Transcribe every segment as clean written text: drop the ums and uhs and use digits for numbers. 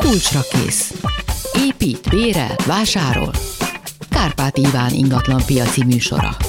Kulcsra kész. Épít, bérel, vásárol. Kárpát Iván ingatlan piaci műsora.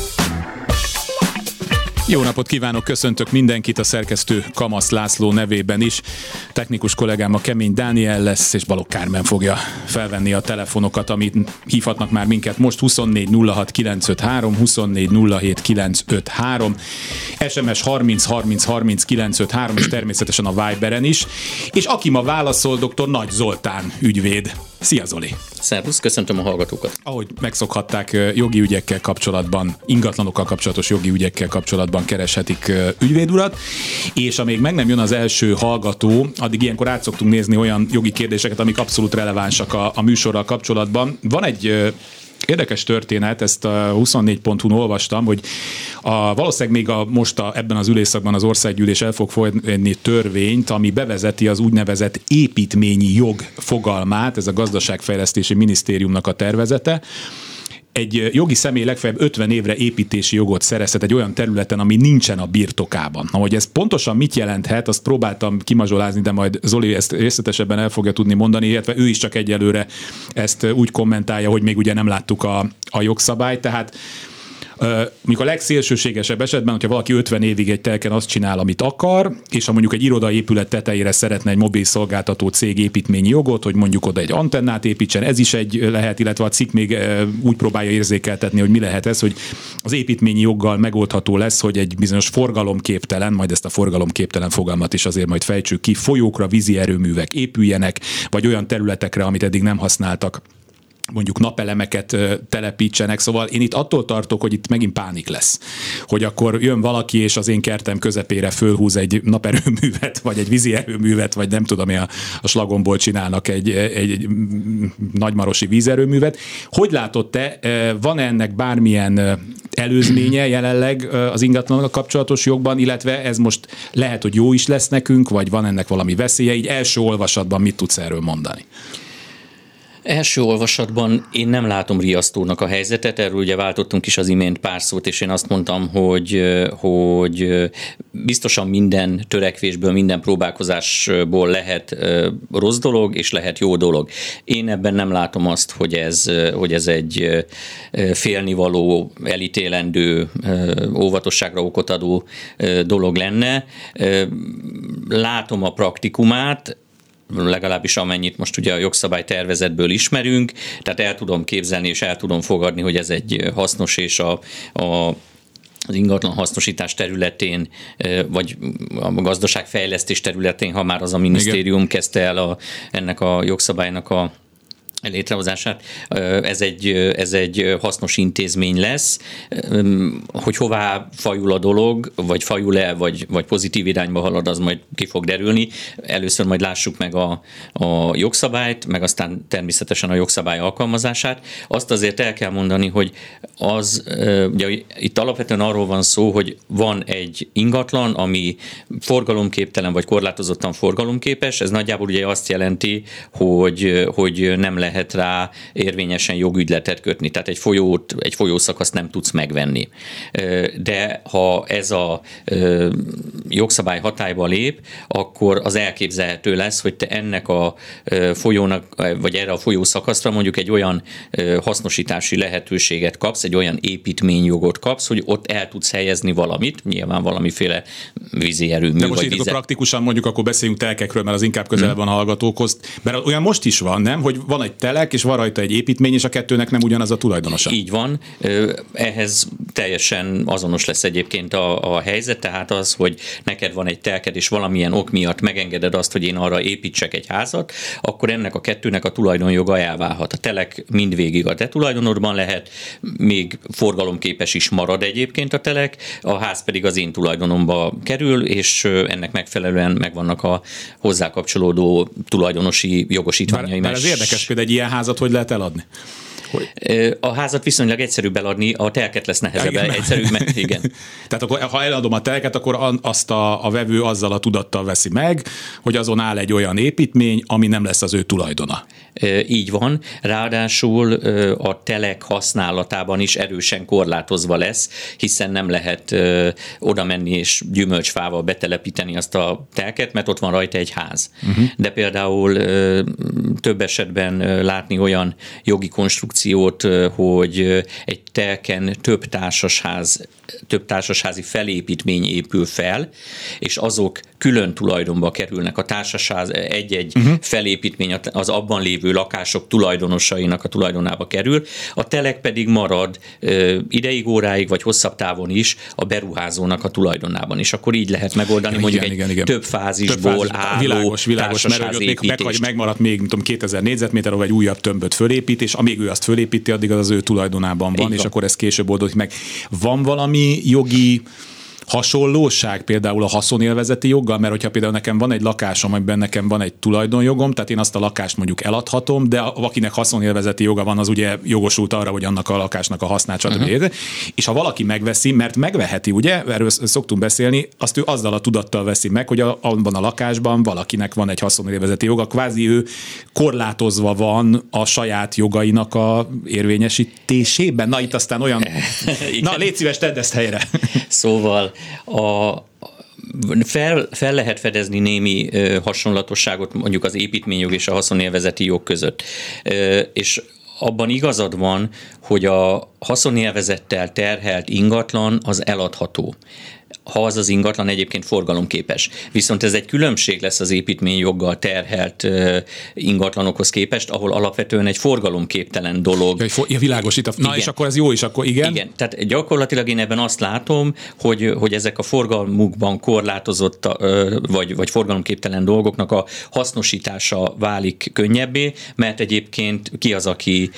Jó napot kívánok, köszöntök mindenkit a szerkesztő Kamasz László nevében is. Technikus kollégám a Kemény Dániel lesz, és Balogh Kármen fogja felvenni a telefonokat, amit hívhatnak már minket most 24 06 953, 24 07 953, SMS 30 30 30 953, és természetesen a Viberen is. És aki ma válaszol, dr. Nagy Zoltán ügyvéd. Szia Zoli! Szervusz, köszöntöm a hallgatókat! Ahogy megszokhatták, jogi ügyekkel kapcsolatban, ingatlanokkal kapcsolatos jogi ügyekkel kapcsolatban kereshetik ügyvédurat, és amíg meg nem jön az első hallgató, addig ilyenkor át szoktunk nézni olyan jogi kérdéseket, amik abszolút relevánsak a műsorral kapcsolatban. Van egy érdekes történet, ezt a 24.hu-n olvastam, hogy valószínűleg még ebben az ülésszakban az országgyűlés el fog fogadni törvényt, ami bevezeti az úgynevezett építményi jog fogalmát, ez a Gazdaságfejlesztési Minisztériumnak a tervezete. Egy jogi személy legfeljebb 50 évre építési jogot szerezhet egy olyan területen, ami nincsen a birtokában. Ahogy ez pontosan mit jelenthet, azt próbáltam kimazsolázni, de majd Zoli ezt részletesebben el fogja tudni mondani, illetve ő is csak egyelőre ezt úgy kommentálja, hogy még ugye nem láttuk a jogszabályt, tehát mondjuk a legszélsőségesebb esetben, hogyha valaki 50 évig egy telken azt csinál, amit akar, és ha mondjuk egy irodaépület tetejére szeretne egy mobil szolgáltató cég építményi jogot, hogy mondjuk oda egy antennát építsen, ez is egy lehet, illetve a cikk még úgy próbálja érzékeltetni, hogy mi lehet ez, hogy az építményi joggal megoldható lesz, hogy egy bizonyos forgalomképtelen, majd ezt a forgalomképtelen fogalmat is azért majd fejtsük ki, folyókra vízi erőművek épüljenek, vagy olyan területekre, amit eddig nem használtak, mondjuk napelemeket telepítsenek, szóval én itt attól tartok, hogy itt megint pánik lesz. Hogy akkor jön valaki, és az én kertem közepére fölhúz egy naperőművet, vagy egy vízi erőművet, vagy nem tudom, a slagomból csinálnak egy nagymarosi vízerőművet. Hogy látod te, van ennek bármilyen előzménye jelenleg az ingatlanokkal kapcsolatos jogban, illetve ez most lehet, hogy jó is lesz nekünk, vagy van ennek valami veszélye? Így első olvasatban mit tudsz erről mondani? Első olvasatban én nem látom riasztónak a helyzetet, erről ugye váltottunk is az imént pár szót, és én azt mondtam, hogy biztosan minden törekvésből, minden próbálkozásból lehet rossz dolog, és lehet jó dolog. Én ebben nem látom azt, hogy ez egy félnivaló, elítélendő, óvatosságra okot adó dolog lenne. Látom a praktikumát, legalábbis amennyit most ugye a jogszabálytervezetből ismerünk, tehát el tudom képzelni és el tudom fogadni, hogy ez egy hasznos és az ingatlan hasznosítás területén, vagy a gazdaságfejlesztés területén, ha már az a minisztérium kezdte el ennek a jogszabálynak a létrehozását, ez egy hasznos intézmény lesz. Hogy hová fajul a dolog, vagy fajul-e, vagy pozitív irányba halad, az majd ki fog derülni. Először majd lássuk meg a jogszabályt, meg aztán természetesen a jogszabály alkalmazását. Azt azért el kell mondani, hogy ugye itt alapvetően arról van szó, hogy van egy ingatlan, ami forgalomképtelen, vagy korlátozottan forgalomképes. Ez nagyjából ugye azt jelenti, hogy nem lehet rá érvényesen jogügyletet kötni, tehát egy folyószakaszt nem tudsz megvenni. De ha ez a jogszabály hatályba lép, akkor az elképzelhető lesz, hogy te ennek a folyónak, vagy erre a folyószakaszra mondjuk egy olyan hasznosítási lehetőséget kapsz, egy olyan építményjogot kapsz, hogy ott el tudsz helyezni valamit, nyilván valamiféle vízi erőmű. De most így praktikusan mondjuk akkor beszéljünk telkekről, mert az inkább közelebb van a hallgatókhoz, mert olyan most is van, nem? Hogy van egy telek, és van rajta egy építmény, és a kettőnek nem ugyanaz a tulajdonosa. Így van. Ehhez teljesen azonos lesz egyébként a helyzet, tehát az, hogy neked van egy telked, és valamilyen ok miatt megengeded azt, hogy én arra építsek egy házat, akkor ennek a kettőnek a tulajdonjoga elválhat. A telek mindvégig a te tulajdonodban lehet, még forgalomképes is marad egyébként a telek, a ház pedig az én tulajdonomba kerül, és ennek megfelelően megvannak a hozzá kapcsolódó tulajdonosi jogosítványaim. Mert ez érdekes, például egy ilyen házat hogy lehet eladni? A házat viszonylag egyszerűbb eladni, a telket lesz nehezebb, egyszerűbb, meg igen. Tehát akkor, ha eladom a telket, akkor azt a vevő azzal a tudattal veszi meg, hogy azon áll egy olyan építmény, ami nem lesz az ő tulajdona. Így van, ráadásul a telek használatában is erősen korlátozva lesz, hiszen nem lehet oda menni és gyümölcsfával betelepíteni azt a telket, mert ott van rajta egy ház. De például több esetben látni olyan jogi konstrukciót, hogy egy telken több társasházi felépítmény épül fel, és azok külön tulajdonba kerülnek. A társasház egy-egy felépítmény az abban lévő lakások tulajdonosainak a tulajdonába kerül, a telek pedig marad ideig, óráig, vagy hosszabb távon is a beruházónak a tulajdonában. És akkor így lehet megoldani igen. Több fázisból álló társasházi építést. Megmaradt még 2000 négyzetméter, vagy egy újabb tömböt fölépít, és amíg ő azt fölépíti, addig az ő tulajdonában van, és akkor ez később oldódik meg. Van valami jogi hasonlóság például a haszonélvezeti joggal, mert hogyha például nekem van egy lakásom, amiben nekem van egy tulajdonjogom, tehát én azt a lakást mondjuk eladhatom, de akinek haszonélvezeti joga van, az ugye jogosult arra, hogy annak a lakásnak a hasznát stb. És ha valaki megveszi, mert megveheti, ugye, erről szoktunk beszélni, azt ő azzal a tudattal veszi meg, hogy abban a lakásban valakinek van egy haszonélvezeti joga, kvázi ő korlátozva van a saját jogainak a érvényesítésében. Na itt aztán olyan... Na, légy szíves, tedd ezt helyre. Szóval fel lehet fedezni némi hasonlatosságot mondjuk az építményjog és a haszonélvezeti jog között. És abban igazad van, hogy a haszonélvezettel terhelt ingatlan az eladható, ha az ingatlan egyébként forgalomképes. Viszont ez egy különbség lesz az építményjoggal terhelt ingatlanokhoz képest, ahol alapvetően egy forgalomképtelen dolog. Ja, világos itt. Na és akkor ez jó is, akkor igen? Igen, tehát gyakorlatilag én ebben azt látom, hogy ezek a forgalmukban korlátozott vagy forgalomképtelen dolgoknak a hasznosítása válik könnyebbé, mert egyébként ki az, aki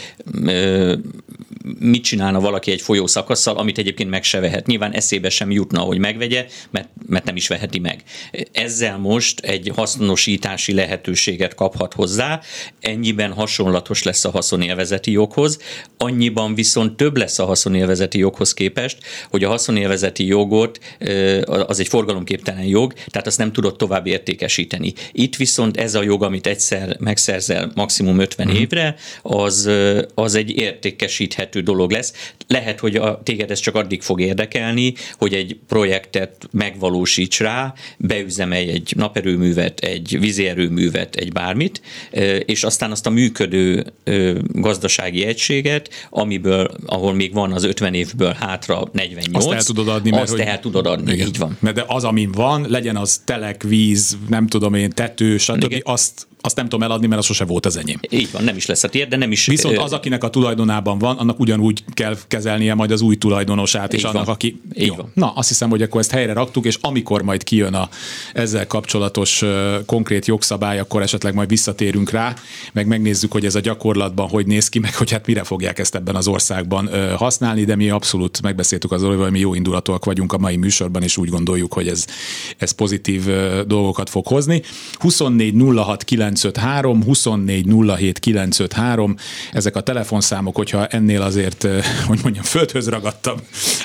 mit csinálna valaki egy folyószakasszal, amit egyébként meg se vehet. Nyilván eszébe sem jutna, hogy megvegye, mert nem is veheti meg. Ezzel most egy hasznosítási lehetőséget kaphat hozzá, ennyiben hasonlatos lesz a haszonélvezeti joghoz, annyiban viszont több lesz a haszonélvezeti joghoz képest, hogy a haszonélvezeti jogot, az egy forgalomképtelen jog, tehát azt nem tudod tovább értékesíteni. Itt viszont ez a jog, amit egyszer megszerzel maximum 50 évre, az egy értékesíthető dolog lesz. Lehet, hogy téged ez csak addig fog érdekelni, hogy egy projektet megvalósíts rá, beüzemelj egy naperőművet, egy vízierőművet, egy bármit, és aztán azt a működő gazdasági egységet, ahol még van az 50 évből hátra 48, azt el tudod adni, el tudod adni, igen. Így van. De az, amin van, legyen az telek, víz, nem tudom én, tető, stb., azt nem tudom eladni, mert az sose volt az enyém. Így van, nem is lesz a tiéd, de nem is... Viszont az, akinek a tulajdonában van, annak ugyanúgy kell kezelnie majd az új tulajdonosát, és annak, aki... Jó. Na, azt hiszem, hogy akkor ezt helyre raktuk, és amikor majd kijön ezzel kapcsolatos konkrét jogszabály, akkor esetleg majd visszatérünk rá, meg megnézzük, hogy ez a gyakorlatban hogy néz ki, meg hogy hát mire fogják ezt ebben az országban használni, de mi abszolút megbeszéltük az hogy mi jó indulatúak vagyunk a mai műsorban, és úgy gondoljuk, hogy ez pozitív dolgokat fog hozni. 24 06 953, 24 07 953, ezek a telefonszámok, hogyha ennél azért, hogy mondjam, földhöz ragadtabb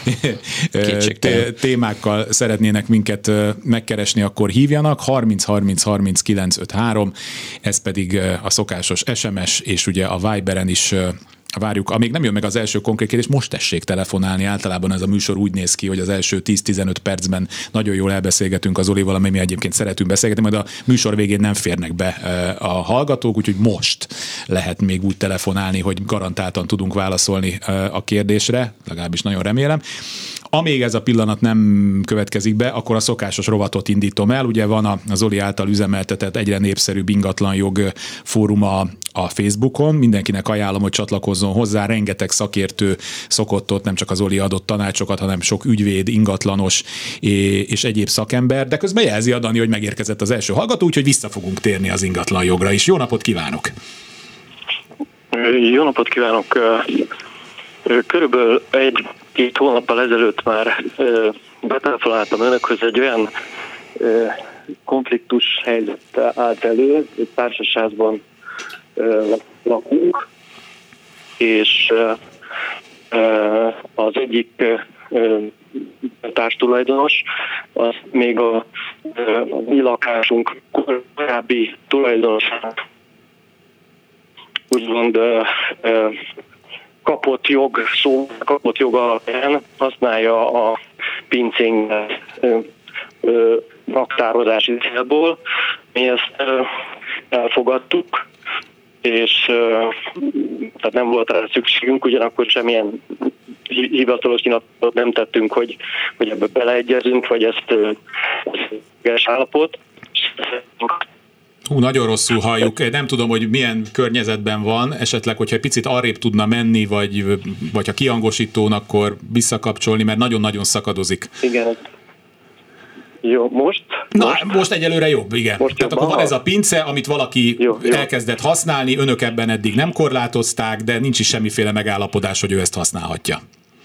témákkal szeretnének minket megkeresni, akkor hívjanak, 30 30 30 953, ez pedig a szokásos SMS, és ugye a Viberen is várjuk. Amíg nem jön meg az első konkrét kérdés, most tessék telefonálni. Általában ez a műsor úgy néz ki, hogy az első 10-15 percben nagyon jól elbeszélgetünk az Olival, ami mi egyébként szeretünk beszélgetni, majd a műsor végén nem férnek be a hallgatók, úgyhogy most lehet még úgy telefonálni, hogy garantáltan tudunk válaszolni a kérdésre, legalábbis nagyon remélem. Amíg ez a pillanat nem következik be, akkor a szokásos rovatot indítom el. Ugye van az Oli által üzemeltetett egyre népszerűbb ingatlanjog fóruma a Facebookon. Mindenkinek ajánlom, hogy csatlakozzon hozzá. Rengeteg szakértő szokott ott, nem csak az Oli adott tanácsokat, hanem sok ügyvéd, ingatlanos és egyéb szakember. De közben jelzi a Dani, hogy megérkezett az első hallgató, úgyhogy vissza fogunk térni az ingatlanjogra is. Jó napot kívánok! Jó napot kívánok! Körülbelül 1-2 hónappal ezelőtt már betelefonáltam önökhöz, egy olyan konfliktus helyzet állt elő, egy társasházban lakunk, és az egyik társtulajdonos, az még a mi lakásunk korábbi tulajdonosának úgymond kapott jog alapján használja a pincénk raktározási célból. Mi ezt elfogadtuk, és tehát nem volt rá szükségünk, ugyanakkor semmilyen hivatalos nyilatkozatot nem tettünk, hogy ebbe beleegyezünk, vagy ez állapot. Nagyon rosszul halljuk. Nem tudom, hogy milyen környezetben van, esetleg, hogyha egy picit arrébb tudna menni, vagy ha kihangosítón, akkor visszakapcsolni, mert nagyon-nagyon szakadozik. Igen. Jó, most egyelőre jobb, igen. Tehát akkor van ez a pince, amit valaki elkezdett használni, önök ebben eddig nem korlátozták, de nincs is semmiféle megállapodás, hogy ő ezt használhatja.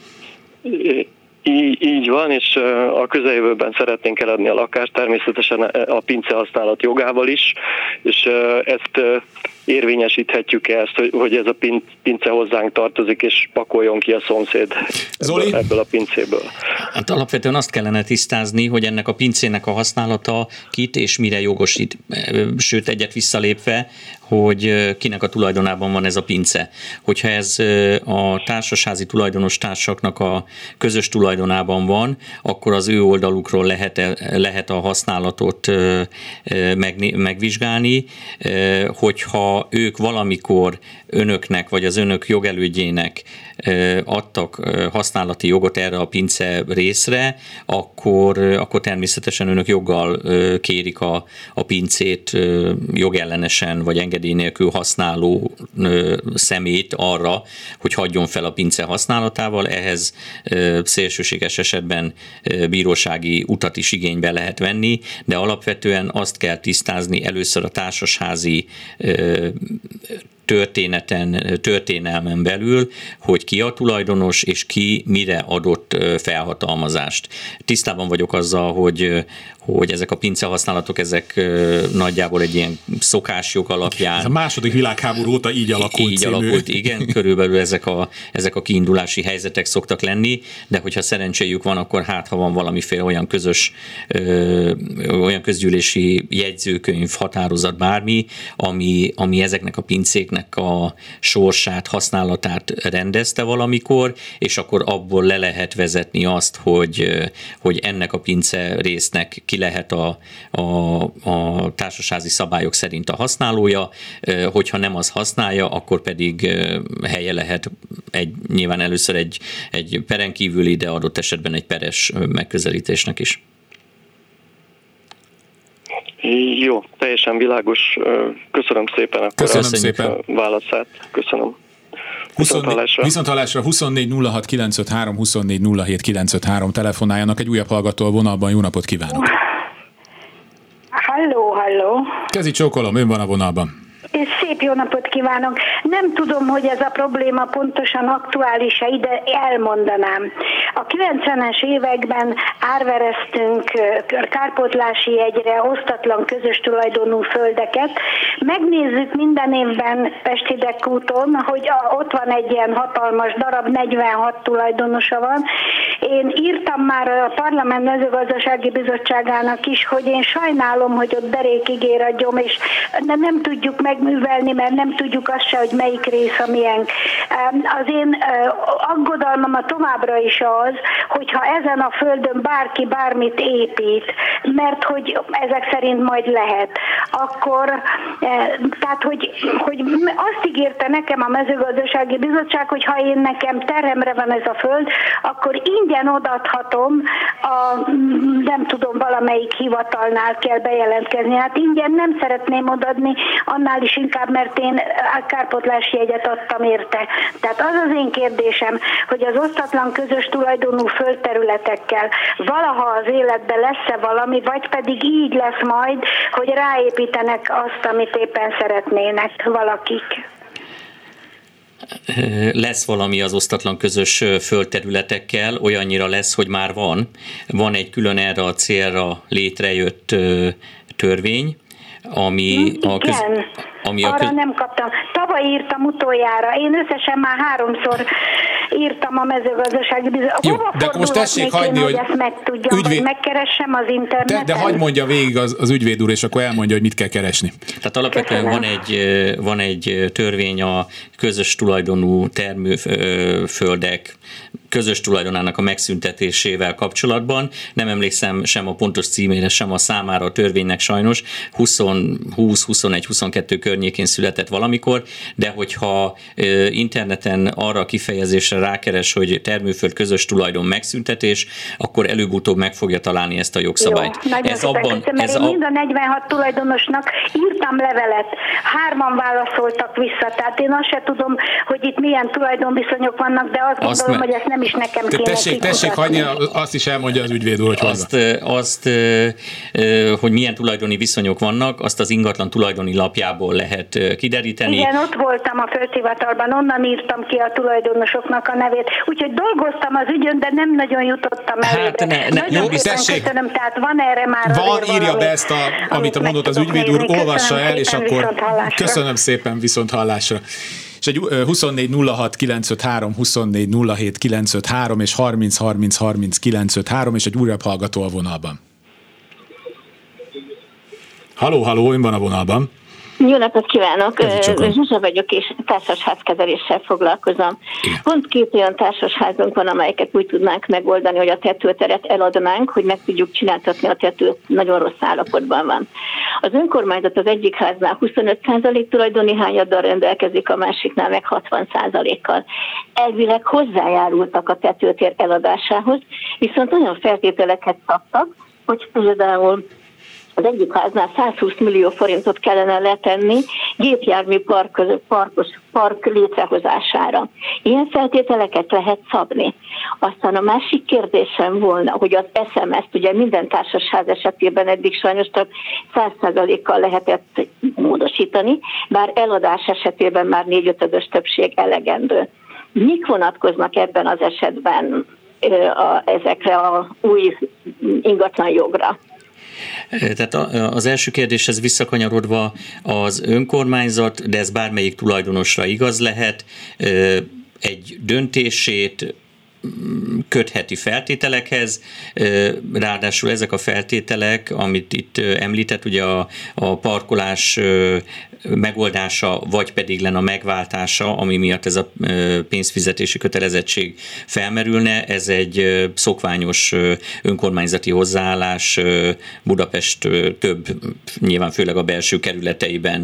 Így van, és a közeljövőben szeretnénk eladni a lakást, természetesen a pince használat jogával is, és ezt érvényesíthetjük ezt, hogy ez a pince hozzánk tartozik, és pakoljon ki a szomszéd ebből a pincéből. Hát alapvetően azt kellene tisztázni, hogy ennek a pincének a használata kit és mire jogosít. Sőt, egyet visszalépve, hogy kinek a tulajdonában van ez a pince. Hogyha ez a társasházi tulajdonos társaknak a közös tulajdonában van, akkor az ő oldalukról lehet a használatot megvizsgálni. Hogyha ők valamikor önöknek, vagy az önök jogelődjének adtak használati jogot erre a pince részre, akkor természetesen önök joggal kérik a pincét jogellenesen, vagy engedély nélkül használó szemét arra, hogy hagyjon fel a pince használatával. Ehhez szélsőséges esetben bírósági utat is igénybe lehet venni, de alapvetően azt kell tisztázni először a társasházi történelmen belül, hogy ki a tulajdonos, és ki mire adott felhatalmazást. Tisztában vagyok azzal, hogy ezek a pince használatok, ezek nagyjából egy ilyen szokásjog alapján. Ez a második világháború óta így alakult. Így alakult, igen, körülbelül ezek a kiindulási helyzetek szoktak lenni, de hogyha szerencséjük van, akkor ha van valamiféle olyan olyan közgyűlési jegyzőkönyv, határozat, bármi, ami ezeknek a pincéknek a sorsát, használatát rendezte valamikor, és akkor abból le lehet vezetni azt, hogy ennek a pince résznek ki lehet a társasházi szabályok szerint a használója, hogyha nem az használja, akkor pedig helye lehet nyilván először egy peren kívüli, de adott esetben egy peres megközelítésnek is. Jó, teljesen világos. Köszönöm szépen a válaszát. Köszönöm. Viszonthallásra 24 06 953, 24 07 953 telefonáljanak. Egy újabb hallgató a vonalban. Jó napot kívánok! Halló! Kezi csókolom, ön van a vonalban. És szép jó napot kívánok! Nem tudom, hogy ez a probléma pontosan aktuális-e, de elmondanám. A 90-es években árvereztünk kárpótlási jegyre osztatlan közös tulajdonú földeket. Megnézzük minden évben Pesti Dekkúton, hogy ott van egy ilyen hatalmas darab, 46 tulajdonosa van. Én írtam már a Parlament Mezőgazdasági Bizottságának is, hogy én sajnálom, hogy ott derékig ér a gyom, és nem tudjuk megművelni, mert nem tudjuk azt se, hogy melyik rész a miénk. Az én aggodalmam továbbra is az, hogyha ezen a földön bárki bármit épít, mert hogy ezek szerint majd lehet, akkor tehát, hogy azt ígérte nekem a Mezőgazdasági Bizottság, hogy ha én nekem terhemre van ez a föld, akkor ingyen odaadhatom nem tudom, valamelyik hivatalnál kell bejelentkezni. Hát ingyen nem szeretném odaadni, annál is inkább, mert én kárpótlási jegyet adtam érte. Tehát az az én kérdésem, hogy az osztatlan közös tulajdonú földterületekkel valaha az életben lesz-e valami, vagy pedig így lesz majd, hogy ráépítenek azt, amit éppen szeretnének valakik. Lesz valami az osztatlan közös földterületekkel, olyannyira lesz, hogy már van. Van egy külön erre a célra létrejött törvény, ami arra nem kaptam. Tavaly írtam utoljára. Én összesen már 3-szor írtam a mezőgazdasági bizottságba. Jó, de akkor most tessék hagyni, hogy ezt megtudjam, hogy megkeressem az interneten. De hagyd mondja végig az ügyvéd úr, és akkor elmondja, hogy mit kell keresni. Tehát alapvetően van egy törvény a közös tulajdonú termőföldek közös tulajdonának a megszüntetésével kapcsolatban. Nem emlékszem sem a pontos címére, sem a számára a törvénynek sajnos. 20-21-22 környékén született valamikor, de hogyha interneten arra a kifejezésre rákeres, hogy termőföld közös tulajdon megszüntetés, akkor előbb-utóbb meg fogja találni ezt a jogszabályt. Jó, én mind a 46 tulajdonosnak írtam levelet, 3-an válaszoltak vissza, tehát én azt se tudom, hogy itt milyen tulajdonviszonyok vannak, de azt gondolom, hogy ezt nem is nekem kéne tessék hagyni, azt is elmondja az ügyvéd úr, hogy hogy milyen tulajdoni viszonyok vannak, azt az ingatlan tulajdoni lapjából lehet kideríteni. Igen, ott voltam a földhivatalban, onnan írtam ki a tulajdonosoknak a nevét, úgyhogy dolgoztam az ügyön, de nem nagyon jutottam előre. Jó, tessék. Köszönöm, tehát van erre már írja be ezt, amit mondott az ügyvéd úr, olvassa el, és akkor köszönöm szépen, viszont hallásra. És egy 24 06 953, 24 07 953 és 30 30 30 953, és egy újabb hallgató a vonalban. Halló, ön van a vonalban. Jó napot kívánok! Zsuzsa vagyok, és társasházkezeléssel foglalkozom. Igen. Pont 2 olyan társasházunk van, amelyeket úgy tudnánk megoldani, hogy a tetőteret eladnánk, hogy meg tudjuk csináltatni a tetőt, nagyon rossz állapotban van. Az önkormányzat az egyik háznál 25% tulajdoni hányaddal rendelkezik, a másiknál meg 60%-kal. Elvileg hozzájárultak a tetőtér eladásához, viszont olyan feltételeket szabtak, hogy például az egyik háznál 120 millió forintot kellene letenni gépjármű park létrehozására. Ilyen feltételeket lehet szabni. Aztán a másik kérdésem volna, hogy az SMS-t ugye minden társasház esetében eddig sajnos csak 100%-kal lehetett módosítani, bár eladás esetében már 4/5 többség elegendő. Mik vonatkoznak ebben az esetben ezekre az új ingatlanjogra? Tehát az első kérdéshez visszakanyarodva, az önkormányzat, de ez bármelyik tulajdonosra igaz lehet, egy döntését kötheti feltételekhez, ráadásul ezek a feltételek, amit itt említett, ugye a parkolás megoldása, vagy pedig lenne a megváltása, ami miatt ez a pénzfizetési kötelezettség felmerülne, ez egy szokványos önkormányzati hozzáállás. Budapest több, nyilván főleg a belső kerületeiben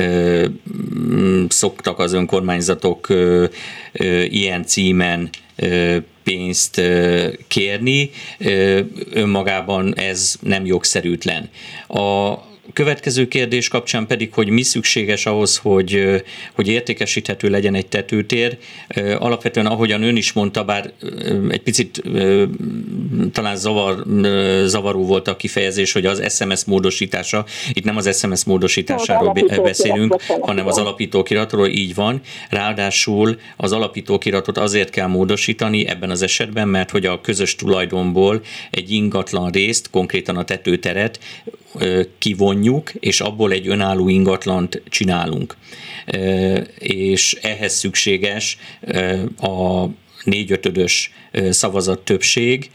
szoktak az önkormányzatok ilyen címen pénzt kérni, önmagában ez nem jogszerűtlen. A következő kérdés kapcsán pedig, hogy mi szükséges ahhoz, hogy értékesíthető legyen egy tetőtér. Alapvetően, ahogyan ön is mondta, bár egy picit talán zavaró volt a kifejezés, hogy az SMS módosítása, itt nem az SMS módosításáról beszélünk, hanem az alapítókiratról, így van. Ráadásul az alapítókiratot azért kell módosítani ebben az esetben, mert hogy a közös tulajdonból egy ingatlan részt, konkrétan a tetőteret kivonjuk, és abból egy önálló ingatlant csinálunk. És ehhez szükséges a 4/5 szavazat többség,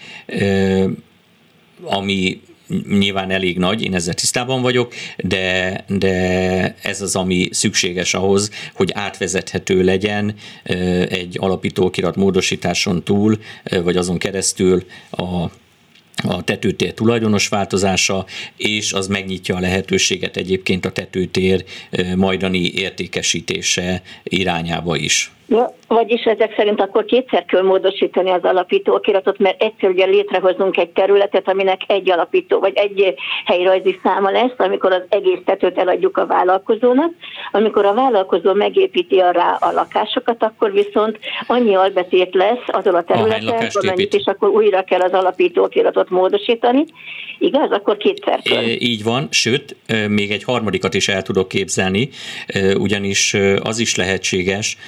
ami nyilván elég nagy, én ezzel tisztában vagyok, de ez az, ami szükséges ahhoz, hogy átvezethető legyen egy alapítókirat módosításon túl, vagy azon keresztül a tetőtér tulajdonos változása, és az megnyitja a lehetőséget egyébként a tetőtér majdani értékesítése irányába is. Ja, vagyis ezek szerint akkor 2-szer kell módosítani az alapítókiratot, mert egyszer ugye létrehozunk egy területet, aminek egy alapító vagy egy helyrajzi száma lesz, amikor az egész tetőt eladjuk a vállalkozónak. Amikor a vállalkozó megépíti rá a lakásokat, akkor viszont annyi albetét lesz azon a területen, amennyit, és akkor újra kell az alapítókiratot módosítani. Igaz? Akkor 2-szer kell. Így van, sőt, még egy harmadikat is el tudok képzelni, ugyanis az is lehetséges, hogy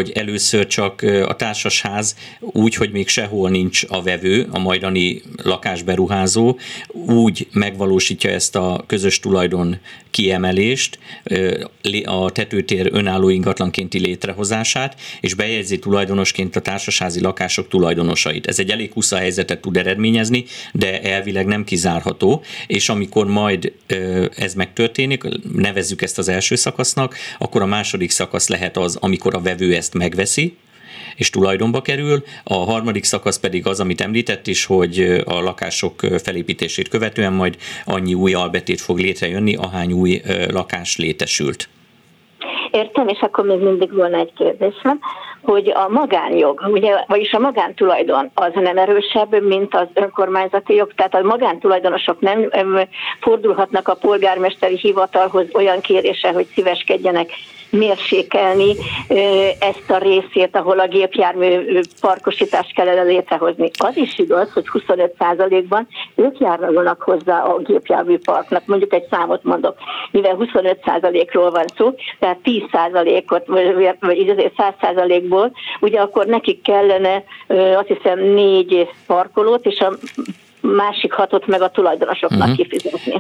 hogy először csak a társasház úgy, hogy még sehol nincs a vevő, a majdani lakásberuházó, úgy megvalósítja ezt a közös tulajdon kiemelést, a tetőtér önálló ingatlankénti létrehozását, és bejegyzi tulajdonosként a társasházi lakások tulajdonosait. Ez egy elég husza helyzetet tud eredményezni, de elvileg nem kizárható, és amikor majd ez megtörténik, nevezzük ezt az első szakasznak, akkor a második szakasz lehet az, amikor a vevő ezt megveszi, és tulajdonba kerül, a harmadik szakasz pedig az, amit említett is, hogy a lakások felépítését követően majd annyi új albetét fog létrejönni, ahány új lakás létesült. Értem, és akkor még mindig volna egy kérdésem, hogy a magánjog, ugye, vagyis a magántulajdon az nem erősebb, mint az önkormányzati jog, tehát a magántulajdonosok nem fordulhatnak a polgármesteri hivatalhoz olyan kéréssel, hogy szíveskedjenek mérsékelni ezt a részét, ahol a gépjármű parkosítást kellene létrehozni. Az is igaz, hogy 25%-ban ők járnak hozzá a gépjármű parknak, mondjuk egy számot mondok, mivel 25%-ról van szó, tehát 10%-ot, vagy 100%-ból, ugye akkor nekik kellene azt hiszem 4 parkolót, és a másik 6-ot meg a tulajdonosoknak kifizetni.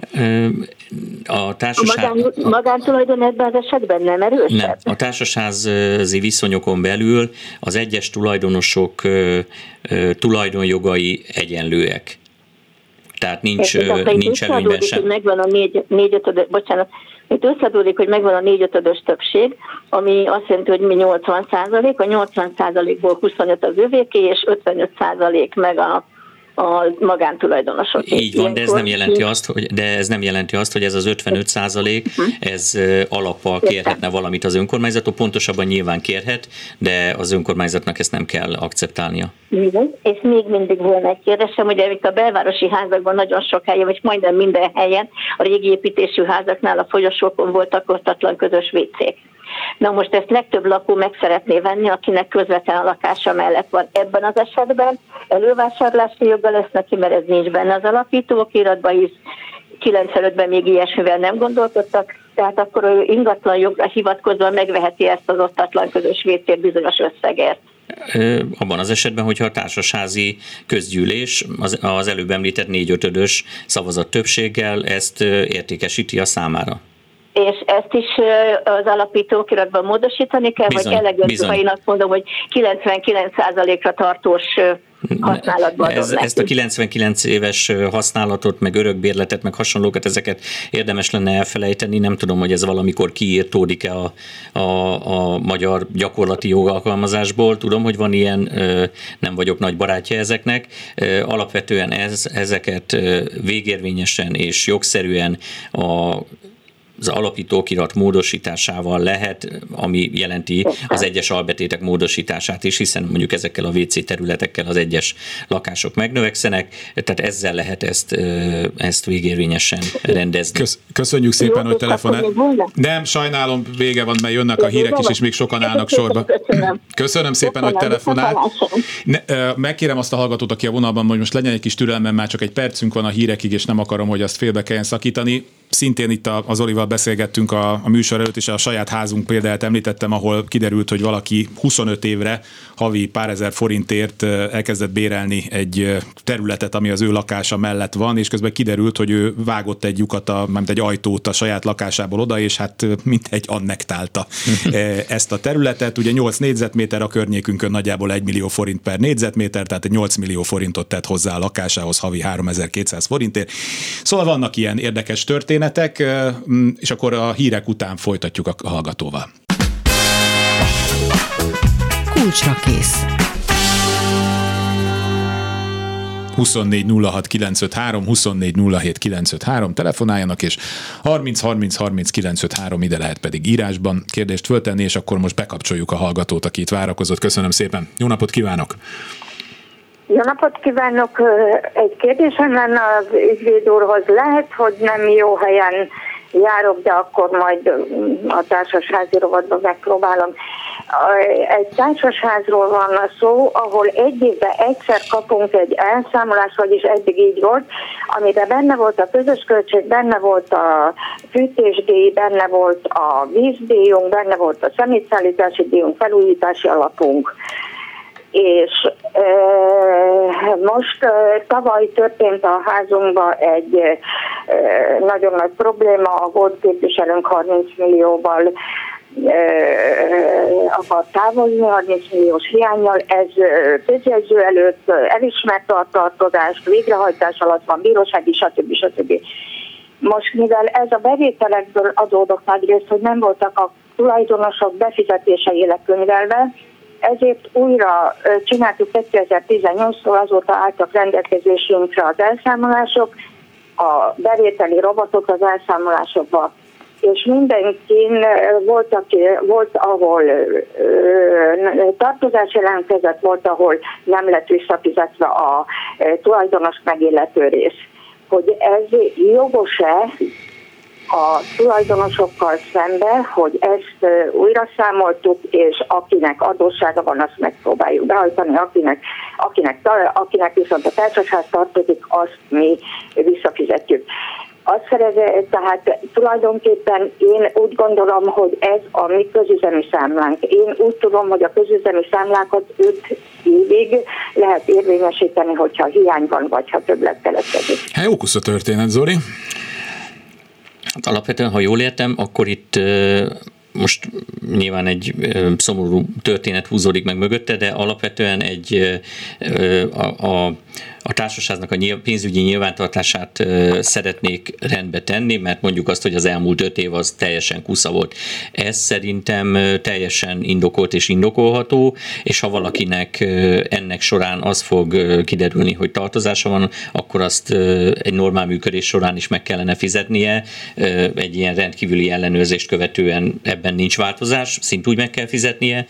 A társaság... magántulajdon ebben az esetben nem erősebb? Nem. A társasházi viszonyokon belül az egyes tulajdonosok tulajdonjogai egyenlőek. Tehát nincs előnyben sem. Megvan a 4/5, bocsánat, itt összedődik, hogy megvan a 4/5-ös többség, ami azt jelenti, hogy mi 80%, a 80%-ból 25 az övéké, és 55% meg a magántulajdonosok. Így van, de ez nem jelenti azt, hogy ez az 55%, ez alappal kérhetne valamit az önkormányzatok, pontosabban nyilván kérhet, de az önkormányzatnak ezt nem kell akceptálnia. Igen, és még mindig volna egy kérdésem, ugye itt a belvárosi házakban nagyon sok helyen, vagy majdnem minden helyen, a régi építésű házaknál a folyosókon voltak osztatlan közös WC-k. Na most ezt legtöbb lakó meg szeretné venni, akinek közvetlen a lakása mellett van. Ebben az esetben elővásárlási joga lesz neki, mert ez nincs benne az alapító okiratban, hisz 95-ben még ilyesmivel nem gondolkodtak, tehát akkor ő ingatlan jogra hivatkozva megveheti ezt az osztatlan közös WC-t bizonyos összegért. Abban az esetben, hogyha a társasházi közgyűlés az előbb említett 4/5-ös szavazat többséggel ezt értékesíti a számára. És ezt is az alapító okiratban módosítani kell, vagy elegendő, ha én azt mondom, hogy 99%-ra tartós használatban ezt a 99 éves használatot, meg örökbérletet, meg hasonlókat, ezeket érdemes lenne elfelejteni. Nem tudom, hogy ez valamikor kiírtódik-e a magyar gyakorlati jogalkalmazásból. Tudom, hogy van ilyen, nem vagyok nagy barátja ezeknek. Alapvetően ezeket végérvényesen és jogszerűen az alapító okirat módosításával lehet, ami jelenti az egyes albetétek módosítását is, hiszen mondjuk ezekkel a WC területekkel az egyes lakások megnövekszenek, tehát ezzel lehet ezt végérvényesen rendezni. Köszönjük szépen, hogy telefonál. Nem, sajnálom, vége van, mert jönnek a hírek is, és még sokan állnak sorba. Köszönöm szépen, hogy telefonál. Megkérem azt a hallgatót, aki a vonalban, hogy most legyen egy kis türelmem, már csak egy percünk van a hírekig, és nem akarom, hogy azt félbe kelljen szakítani. Szintén itt az Olival beszélgettünk a műsor előtt, és a saját házunk példáját említettem, ahol kiderült, hogy valaki 25 évre havi pár ezer forintért elkezdett bérelni egy területet, ami az ő lakása mellett van, és közben kiderült, hogy ő vágott egy lyukat, mint egy ajtót a saját lakásából oda, és hát mintegy annektálta ezt a területet. Ugye 8 négyzetméter, a környékünkön nagyjából 1 millió forint per négyzetméter, tehát 8 millió forintot tett hozzá a lakásához havi 3200 forintért. Szóval vannak ilyen érdekes történetek, és akkor a hírek után folytatjuk a hallgatóval. Kulcsra kész. 24 06 953, 24 07 953, telefonáljanak, és 30 30 30 953, ide lehet pedig írásban kérdést föltenni, és akkor most bekapcsoljuk a hallgatót, aki itt várakozott. Köszönöm szépen. Jó napot kívánok! Jó napot kívánok! Egy kérdésem lenne az ügyvéd úrhoz. Lehet, hogy nem jó helyen járok, de akkor majd a társasházi rovatban megpróbálom. egy társasházról van a szó, ahol egy évben egyszer kapunk egy elszámolást, vagyis eddig így volt, amiben benne volt a közös költség, benne volt a fűtésdíj, benne volt a vízdíjunk, benne volt a szemétszállítási díjunk, felújítási alapunk. És most tavaly történt a házunkban egy nagyon nagy probléma, a volt képviselőnk 30 millióval akar távozni, 30 milliós hiánnyal. Ez közjegyző előtt elismerte a tartozást, végrehajtás alatt van, bírósági, stb. Most mivel ez a bevételekből adódott nagyrészt, hogy nem voltak a tulajdonosok befizetései lekönyvelve, ezért újra csináltuk 2018-tól, azóta álltak rendelkezésünkre az elszámolások, a bevételi robotok az elszámolásokban. És mindenkin volt ahol tartozás jelentkezett, volt, ahol nem lett visszafizetve a tulajdonos megillető rész. Hogy ez jogos-e a tulajdonosokkal szembe, hogy ezt újra számoltuk, és akinek adóssága van, azt megpróbáljuk behajtani, akinek viszont a társasház tartozik, azt mi visszafizetjük. Tehát tulajdonképpen én úgy gondolom, hogy ez a mi közüzemi számlánk. Én úgy tudom, hogy a közüzemi számlákat 5 évig lehet érvényesíteni, hogyha hiány van, vagy ha többlet keletkezik. Hát jó kusz a történet, Zoli. Hát alapvetően, ha jól értem, akkor itt most nyilván egy szomorú történet húzódik meg mögötte, de alapvetően a társaságnak a pénzügyi nyilvántartását szeretnék rendbe tenni, mert mondjuk azt, hogy az elmúlt 5 év az teljesen kusza volt. Ez szerintem teljesen indokolt és indokolható, és ha valakinek ennek során az fog kiderülni, hogy tartozása van, akkor azt egy normál működés során is meg kellene fizetnie. Egy ilyen rendkívüli ellenőrzést követően ebben nincs változás, szintúgy meg kell fizetnie.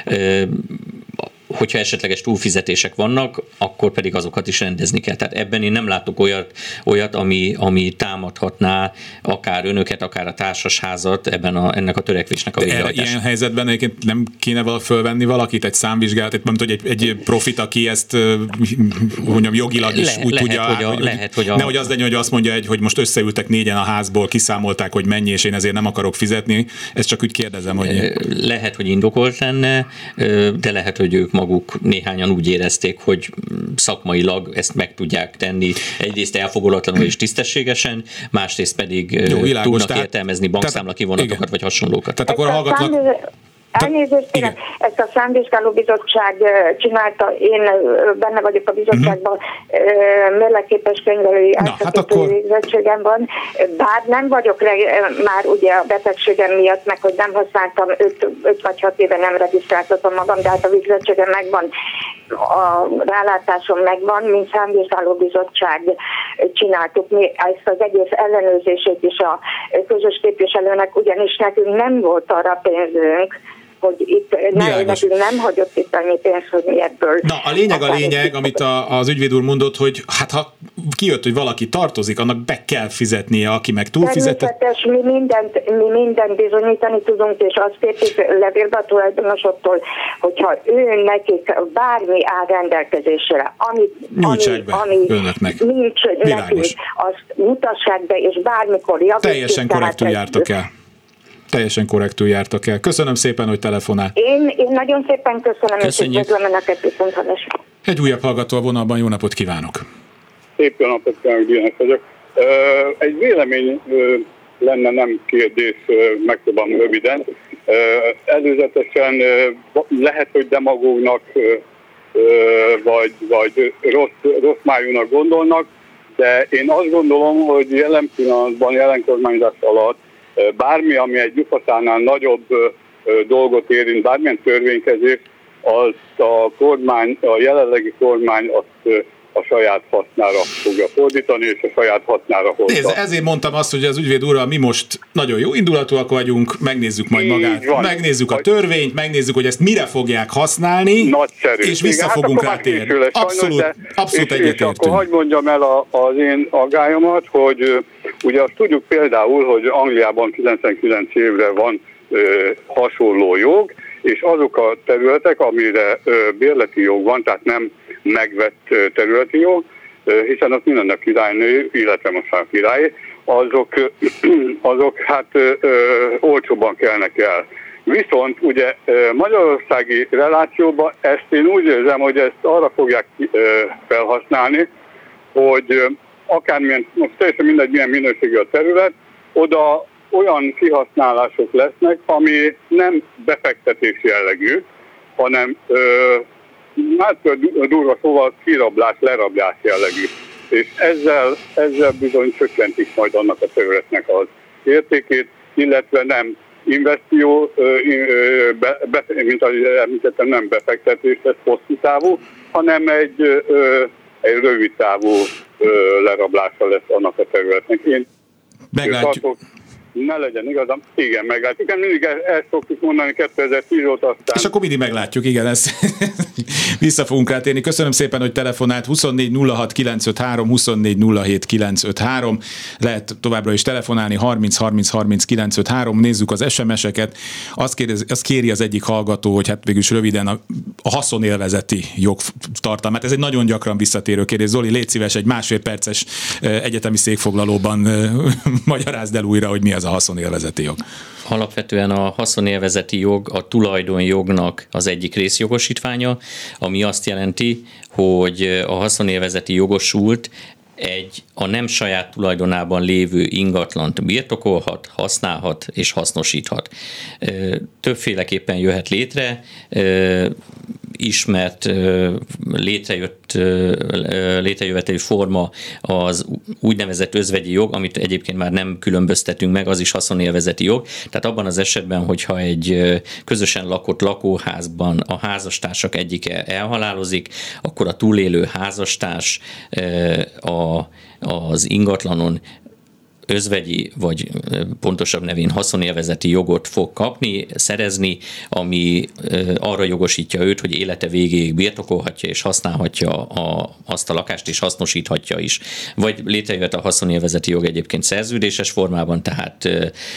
Hogyha esetleges túlfizetések vannak, akkor pedig azokat is rendezni kell. Tehát ebben én nem látok olyat ami támadhatná akár önöket, akár a társasházat ennek a törekvésnek a végrehajtása. Ilyen helyzetben egyébként nem kéne fölvenni valakit, egy számvizsgálatot, nem tudom, hogy egy profit, aki ezt mondjam jogilag is úgy tudja. Nehogy az legyen, hogy azt mondja, hogy most összeültek 4-en a házból, kiszámolták, hogy mennyi, és én ezért nem akarok fizetni. Ezt csak úgy kérdezem, hogy... Lehet, hogy indokolt lenne, de lehet, hogy ők maguk néhányan úgy érezték, hogy szakmailag ezt meg tudják tenni. Egyrészt elfogulatlanul és tisztességesen, másrészt pedig tudnak értelmezni bankszámla kivonatokat vagy hasonlókat. Tehát akkor hallgatlak... Elnézést kérek, ezt a számvizsgáló bizottság csinálta, én benne vagyok a bizottságban, mérlekképes könyvelői átszakító végzettségem van, bár nem vagyok már ugye a betegségem miatt, meg hogy nem használtam 5 vagy 6 éve nem regisztráltatom magam, de hát a végzettségem megvan, a rálátásom megvan, mint számvizsgáló bizottság csináltuk mi ezt az egész ellenőrzését is a közös képviselőnek, ugyanis nekünk nem volt arra pénzünk, hogy itt nekünk nem hagyott itt annyi pénzt, hogy mi ebből... Na, a lényeg, amit az ügyvéd úr mondott, hogy hát ha kijött, hogy valaki tartozik, annak be kell fizetnie, aki meg túlfizetett. Természetes, mi mindent bizonyítani tudunk, és azt kérjük levélbe a tulajdonosoktól, hogyha ő nekik bármi áll rendelkezésre, ami nincs nekünk, azt mutassák be, és bármikor javítsuk. Teljesen korrektül jártak el. Teljesen korrektül jártak el. Köszönöm szépen, hogy telefonál. Én nagyon szépen köszönöm, köszönjük. És üdvözlöm Önöket viszonthallásra. Egy újabb hallgató a vonalban, jó napot kívánok! Szép jó napot kívánok, Díjas vagyok. Egy vélemény lenne, nem kérdés, megpróbálom röviden. Előzetesen lehet, hogy demagógnak vagy rossz májúnak gondolnak, de én azt gondolom, hogy jelen pillanatban, jelen kormányzás alatt bármi, ami egy gyufaszánál nagyobb dolgot érint, bármilyen törvénykezés, azt a jelenlegi kormány azt a saját hasznára fogja fordítani, és a saját hasznára hozza. Nézd, ezért mondtam azt, hogy az ügyvéd úrral mi most nagyon jó indulatúak vagyunk, megnézzük majd magát, megnézzük a törvényt, megnézzük, hogy ezt mire fogják használni, nagyszerű. És vissza fogunk rátérni. Abszolút egyetértünk. És akkor hadd mondjam el az én aggályomat, hogy ugye azt tudjuk például, hogy Angliában 99 évre van hasonló jog, és azok a területek, amire bérleti jog van, tehát nem megvett területi jog, hiszen ott minden a királynő, illetve most már király, azok hát olcsóbban kelnek el. Viszont ugye magyarországi relációban ezt én úgy érzem, hogy ezt arra fogják felhasználni, hogy akármilyen, most teljesen mindegy, milyen minőségű a terület, oda olyan kihasználások lesznek, ami nem befektetés jellegű, hanem hát durva szóval kirablás, lerablás jellegű. És ezzel bizony csökkentik majd annak a területnek az értékét, illetve nem investíció, mint ahogy említettem, nem befektetés lesz hosszú távú, hanem egy rövid távú lerablása lesz annak a területnek. Én meglátjuk. Ne legyen igazam. Igen, meglátjuk. Igen, mindig ezt szoktuk mondani 2010 óta, aztán... És akkor mindig meglátjuk, igen, ezt vissza fogunk rátérni. Köszönöm szépen, hogy telefonált. 24 06 953, 24 07 953. Lehet továbbra is telefonálni, 30 30 30 953. Nézzük az SMS-eket. Azt kéri az egyik hallgató, hogy hát végülis röviden a haszonélvezeti jog tartalmát. Ez egy nagyon gyakran visszatérő kérdés. Zoli, légy szíves, egy másfél perces egyetemi székfoglalóban magyarázd el újra, hogy mi az a haszonélvezeti jog. Alapvetően a haszonélvezeti jog a tulajdonjognak az egyik részjogosítványa, ami azt jelenti, hogy a haszonélvezeti jogosult a nem saját tulajdonában lévő ingatlant birtokolhat, használhat és hasznosíthat. Többféleképpen jöhet létre, ismert létrejöveteli forma az úgynevezett özvegyi jog, amit egyébként már nem különböztetünk meg, az is haszonélvezeti jog. Tehát abban az esetben, hogyha egy közösen lakott lakóházban a házastársak egyike elhalálozik, akkor a túlélő házastárs az ingatlanon özvegyi, vagy pontosabb nevén haszonélvezeti jogot fog kapni, szerezni, ami arra jogosítja őt, hogy élete végéig birtokolhatja és használhatja azt a lakást, és hasznosíthatja is. Vagy létrejöhet a haszonélvezeti jog egyébként szerződéses formában, tehát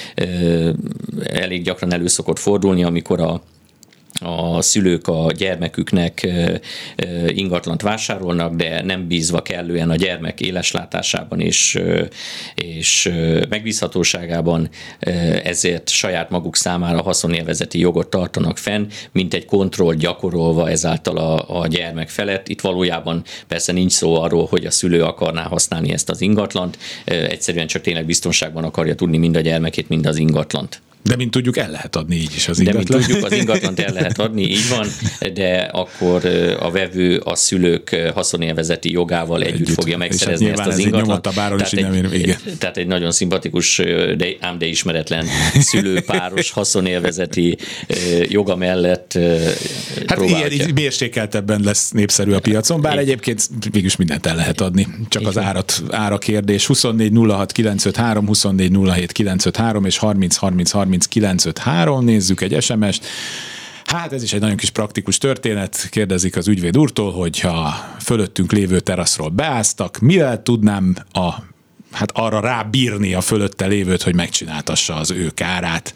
elég gyakran elő szokott fordulni, amikor a szülők a gyermeküknek ingatlant vásárolnak, de nem bízva kellően a gyermek éleslátásában és megbízhatóságában, ezért saját maguk számára haszonélvezeti jogot tartanak fenn, mint egy kontrollt gyakorolva ezáltal a gyermek felett. Itt valójában persze nincs szó arról, hogy a szülő akarná használni ezt az ingatlant, egyszerűen csak tényleg biztonságban akarja tudni mind a gyermekét, mind az ingatlant. De mint tudjuk, el lehet adni így is az ingatlant. De mint tudjuk, az ingatlant el lehet adni, így van, de akkor a vevő a szülők haszonélvezeti jogával együtt fogja megszerezni ezt az ingatlant. Tehát egy nagyon szimpatikus, de ismeretlen szülőpáros haszonélvezeti joga mellett próbálja. Hát ilyen mérsékeltebben lesz népszerű a piacon, bár egyébként végülis mindent el lehet adni. Csak az ára kérdés. 24 06 953, 24 07 953 és 30 30 30 953, nézzük egy SMS-t. Hát ez is egy nagyon kis praktikus történet. Kérdezik az ügyvéd úrtól, hogyha fölöttünk lévő teraszról beáztak, mivel tudnám arra rábírni a fölötte lévőt, hogy megcsináltassa az ő kárát?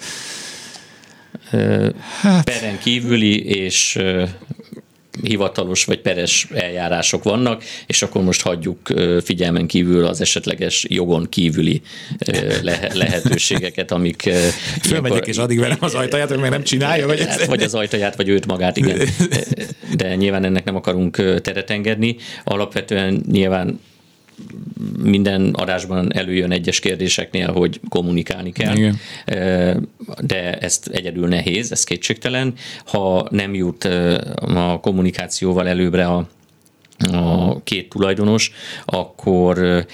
Peren kívüli és hivatalos vagy peres eljárások vannak, és akkor most hagyjuk figyelmen kívül az esetleges jogon kívüli lehetőségeket, amik... Fölmegyek és addig velem az ajtaját, hogy meg nem csinálja? Vagy az ajtaját, vagy őt magát, igen. De nyilván ennek nem akarunk teret engedni. Alapvetően nyilván minden adásban előjön egyes kérdéseknél, hogy kommunikálni kell. Igen. De ezt egyedül nehéz, ez kétségtelen. Ha nem jut a kommunikációval előbbre a két tulajdonos, akkor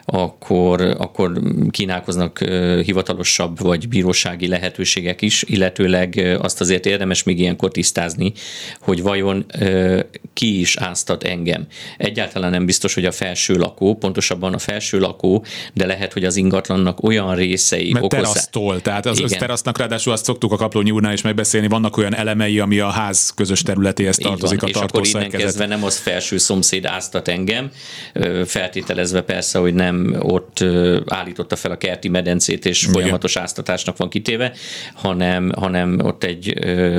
kínálkoznak hivatalosabb vagy bírósági lehetőségek is, illetőleg azt azért érdemes még ilyenkor tisztázni, hogy vajon ki is áztat engem. Egyáltalán nem biztos, hogy a felső lakó, pontosabban a felső lakó, de lehet, hogy az ingatlannak olyan részei okozzák. Mert terasztól, tehát az terasznak ráadásul azt szoktuk a Kaplónyi úrnál is megbeszélni, vannak olyan elemei, ami a ház közös területéhez tartozik, a tartószerkezet. És akkor innen kezdve nem az felső szomszéd áztat engem, feltételezve persze, hogy nem ott állította fel a kerti medencét, és folyamatos áztatásnak van kitéve, hanem ott egy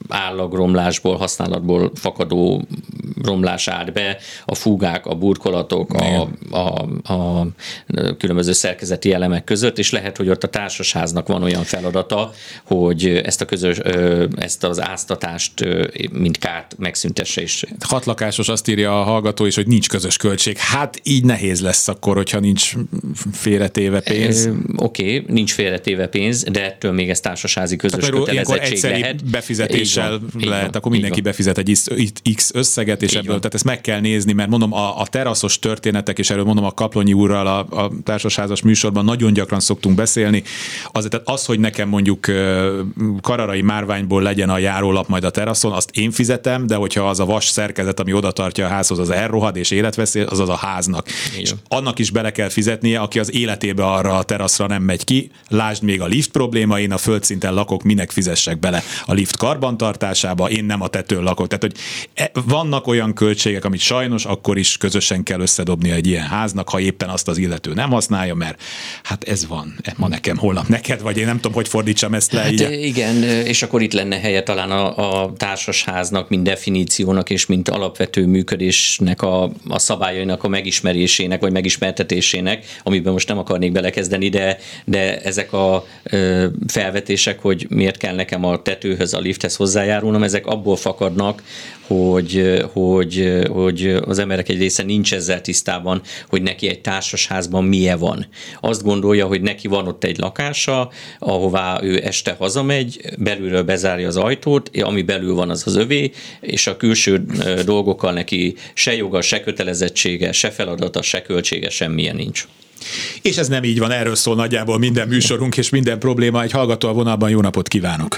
állagromlásból, használatból fakadó romlás állt be, a fúgák, a burkolatok, a különböző szerkezeti elemek között, és lehet, hogy ott a társasháznak van olyan feladata, hogy ezt az áztatást, mint kárt megszüntesse is. 6 lakásos, azt írja a hallgató is, hogy nincs közös költség. Hát így nehéz lesz akkor, hogyha nincs félretéve pénz. Oké, nincs félretéve pénz, de ettől még ez társasházi közös kötelezettség lehet. Befizetéssel lehet, akkor mindenki befizet egy X összeget, és ebből, tehát ezt meg kell nézni, mert mondom, a teraszos történetek, és erről mondom a Kaplonyi úrral a társasházas műsorban nagyon gyakran szoktunk beszélni, az, hogy nekem mondjuk kararai márványból legyen a járólap majd a teraszon, azt én fizetem, de hogyha az a vas szerkezet, ami oda tartja a házhoz, az elrohad és életveszély, az a háznak. És annak is bele kell fizetnie, aki az életébe arra a teraszra nem megy ki. Lásd még a lift probléma, én a földszinten lakok, minek fizessek bele a lift karbantartásába, én nem a tetőn lakok. Tehát, hogy vannak olyan költségek, amit sajnos akkor is közösen kell összedobni egy ilyen háznak, ha éppen azt az illető nem használja, mert hát ez van, ma nekem, holnap neked, vagy én nem tudom, hogy fordítsam ezt le. Hát igen, és akkor itt lenne helye talán a társasháznak, mint definíciónak, és mint alapvető működésnek a szabályainak a megismerésének, vagy megismertetésének, amiben most nem akarnék belekezdeni, de ezek a felvetések, hogy miért kell nekem a tetőhöz, a lifthez hozzájárulnom, ezek abból fakadnak, hogy az emberek egy része nincs ezzel tisztában, hogy neki egy társasházban milyen van. Azt gondolja, hogy neki van ott egy lakása, ahová ő este hazamegy, belülről bezárja az ajtót, ami belül van, az az övé, és a külső dolgokkal neki se joga, se kötelezettsége, se feladata, se költsége, semmilyen nincs. És ez nem így van, erről szól nagyjából minden műsorunk és minden probléma. Egy hallgató a vonalban, jó napot kívánok!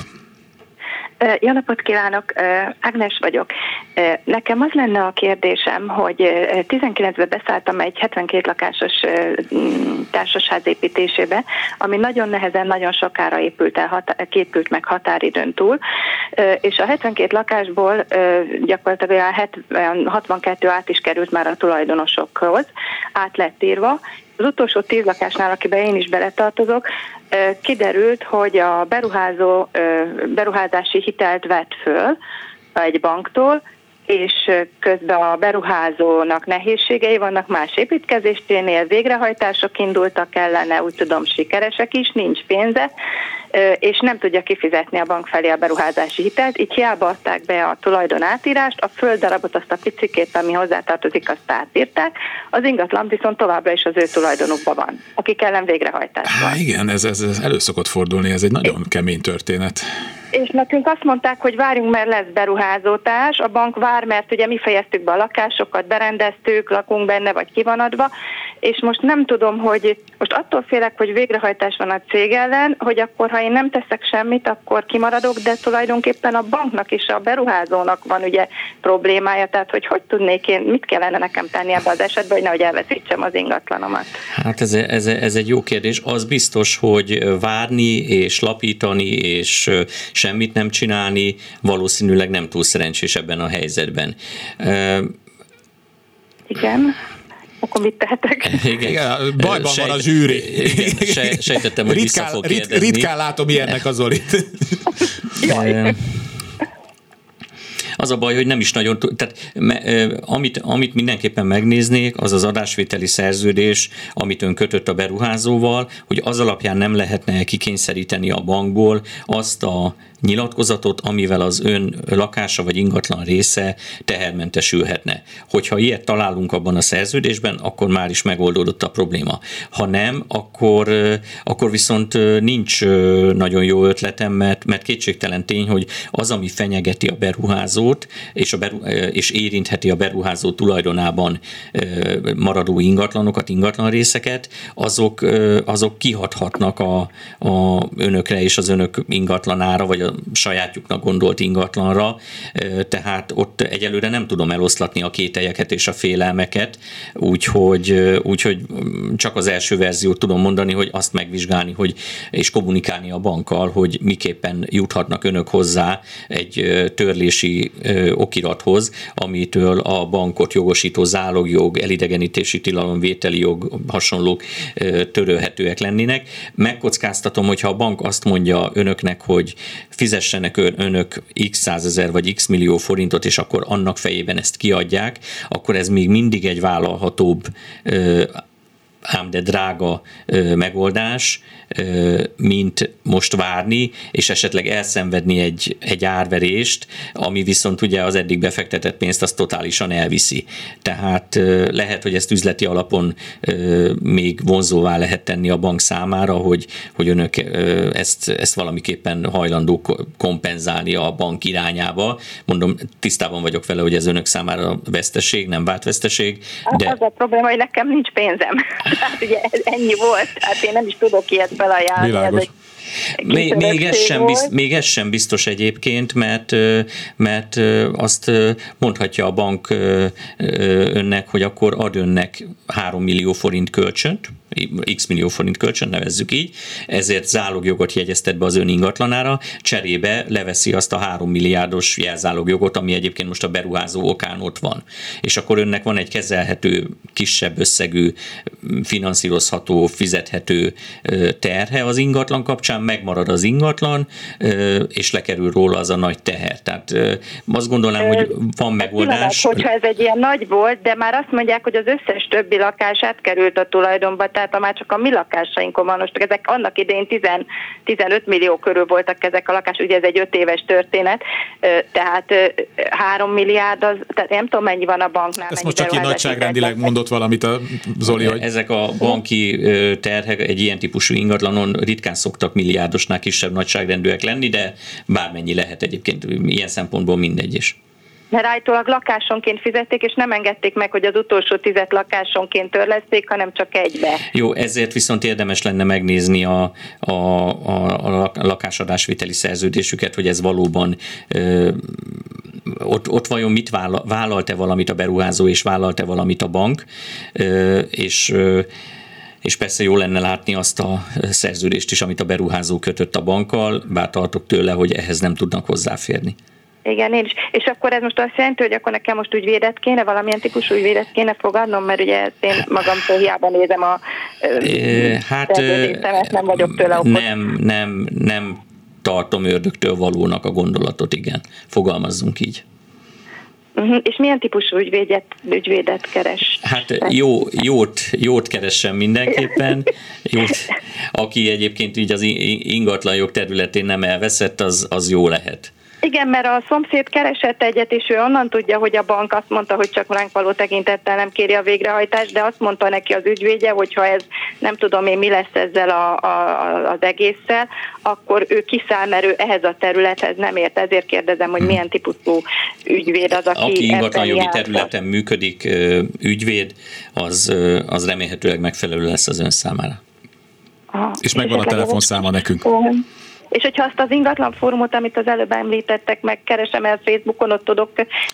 Jó napot kívánok, Ágnes vagyok. Nekem az lenne a kérdésem, hogy 19-ben beszálltam egy 72 lakásos társasház építésébe, ami nagyon nehezen, nagyon sokára épült meg határidőn túl, és a 72 lakásból gyakorlatilag a 62 át is került már a tulajdonosokhoz, át lett írva. Az utolsó 10 lakásnál, akiben én is beletartozok, kiderült, hogy a beruházó beruházási hitelt vett föl egy banktól, és közben a beruházónak nehézségei vannak más építkezésénél, végrehajtások indultak ellene, úgy tudom sikeresek is, nincs pénze, és nem tudja kifizetni a bank felé a beruházási hitelt, így hiába adták be a tulajdon átírást, a földdarabot, azt a picikét, ami hozzátartozik, azt átírták, az ingatlan viszont továbbra is az ő tulajdonukban van, akik ellen végrehajtás van. Igen, ez elő szokott fordulni, ez egy nagyon kemény történet. És nekünk azt mondták, hogy várjunk, mert lesz beruházótárs, a bank vár, mert ugye mi fejeztük be a lakásokat, berendeztük, lakunk benne, vagy ki van adva, és most nem tudom, hogy most attól félek, hogy végrehajtás van a cég ellen, hogy akkor, ha én nem teszek semmit, akkor kimaradok, de tulajdonképpen a banknak és a beruházónak van ugye problémája, tehát hogy tudnék én, mit kellene nekem tenni ebbe az esetben, hogy nehogy elveszítsem az ingatlanomat. Hát ez egy jó kérdés. Az biztos, hogy várni és lapítani és semmit nem csinálni valószínűleg nem túl szerencsés ebben a helyzetben. Igen. Akkor mit tehetek? Igen, bajban van a zsűri. Sejtettem, hogy vissza fog kérdezni. Ritkán látom ilyennek az Zolit. Az a baj, hogy nem is nagyon, tehát amit mindenképpen megnéznék, az az adásvételi szerződés, amit ön kötött a beruházóval, hogy az alapján nem lehetne kikényszeríteni a bankból azt a nyilatkozatot, amivel az ön lakása vagy ingatlan része tehermentesülhetne. Hogyha ilyet találunk abban a szerződésben, akkor már is megoldódott a probléma. Ha nem, akkor viszont nincs nagyon jó ötletem, mert kétségtelen tény, hogy az, ami fenyegeti a beruházót, és érintheti a beruházó tulajdonában maradó ingatlanokat, ingatlanrészeket, azok kihathatnak a önökre és az önök ingatlanára, vagy a sajátjuknak gondolt ingatlanra, tehát ott egyelőre nem tudom eloszlatni a kételyeket és a félelmeket, úgyhogy csak az első verziót tudom mondani, hogy azt megvizsgálni, és kommunikálni a bankkal, hogy miképpen juthatnak önök hozzá egy törlési okirathoz, amitől a bankot jogosító zálogjog, elidegenítési tilalom, vételi jog, hasonlók törölhetőek lennének. Megkockáztatom, hogyha a bank azt mondja önöknek, hogy fizessenek önök x 100 000 vagy x millió forintot, és akkor annak fejében ezt kiadják, akkor ez még mindig egy vállalhatóbb, ám de drága megoldás, mint most várni, és esetleg elszenvedni egy árverést, ami viszont ugye az eddig befektetett pénzt azt totálisan elviszi. Tehát lehet, hogy ezt üzleti alapon még vonzóvá lehet tenni a bank számára, hogy önök ezt valamiképpen hajlandó kompenzálni a bank irányába. Mondom, tisztában vagyok vele, hogy ez önök számára veszteség, nem vált veszteség. De... Az a probléma, hogy nekem nincs pénzem. Tehát ugye ennyi volt, hát én nem is tudok ilyet felajánlani. Még ez sem biztos egyébként, mert azt mondhatja a bank önnek, hogy akkor ad önnek 3 millió forint kölcsönt, x millió forint kölcsön, nevezzük így, ezért zálogjogot jegyeztet be az ön ingatlanára, cserébe leveszi azt a 3 milliárdos jelzálogjogot, ami egyébként most a beruházó okán ott van. És akkor önnek van egy kezelhető, kisebb összegű, finanszírozható, fizethető terhe az ingatlan kapcsán, megmarad az ingatlan, és lekerül róla az a nagy teher. Tehát azt gondolom, hogy van megoldás. Hogyha ez egy ilyen nagy volt, de már azt mondják, hogy az összes többi lakás átkerült a tulajdonba, tehát már csak a mi lakásainkon van, most ezek annak idején 15 millió körül voltak ezek a lakások, ugye ez egy 5 éves történet, tehát 3 milliárd, tehát nem tudom mennyi van a banknál. Ezt most csak így nagyságrendileg mondott valamit a Zoli, hogy... Ezek a banki terhek egy ilyen típusú ingatlanon ritkán szoktak milliárdosnál kisebb nagyságrendűek lenni, de bármennyi lehet egyébként, ilyen szempontból mindegy is. Mert állítólag lakásonként fizették, és nem engedték meg, hogy az utolsó 10 lakásonként törleszték, hanem csak egybe. Jó, ezért viszont érdemes lenne megnézni a lakásadásviteli szerződésüket, hogy ez valóban ott vajon mit vállalt-e valamit a beruházó, és vállalt-e valamit a bank, és persze jó lenne látni azt a szerződést is, amit a beruházó kötött a bankkal, bár tartok tőle, hogy ehhez nem tudnak hozzáférni. Igen, én is. És akkor ez most azt jelenti, hogy akkor nekem most ügyvédet kéne, valamilyen típusú ügyvédet kéne fogadnom, mert ugye én magamtól hiába nézem a szerződésemet, nem vagyok tőle okos. Nem tartom ördögtől valónak a gondolatot, igen. Fogalmazzunk így. És milyen típusú ügyvédet keres? Hát jót keressen mindenképpen. Aki egyébként így az ingatlanjog területén nem elveszett, az jó lehet. Igen, mert a szomszéd keresett egyet, és ő onnan tudja, hogy a bank azt mondta, hogy csak ránk való tekintettel nem kéri a végrehajtást, de azt mondta neki az ügyvédje, hogyha ez nem tudom én mi lesz ezzel az egésszel, akkor ő kiszáll, mert ő ehhez a területhez nem ért. Ezért kérdezem, hogy milyen típusú ügyvéd az, aki ingatlanjogi területen működik, ügyvéd, az remélhetőleg megfelelő lesz az ön számára. És megvan a telefonszáma nekünk. És hogyha azt az ingatlan fórumot, amit az előbb említettek, megkeresem el Facebookon, ott tudok...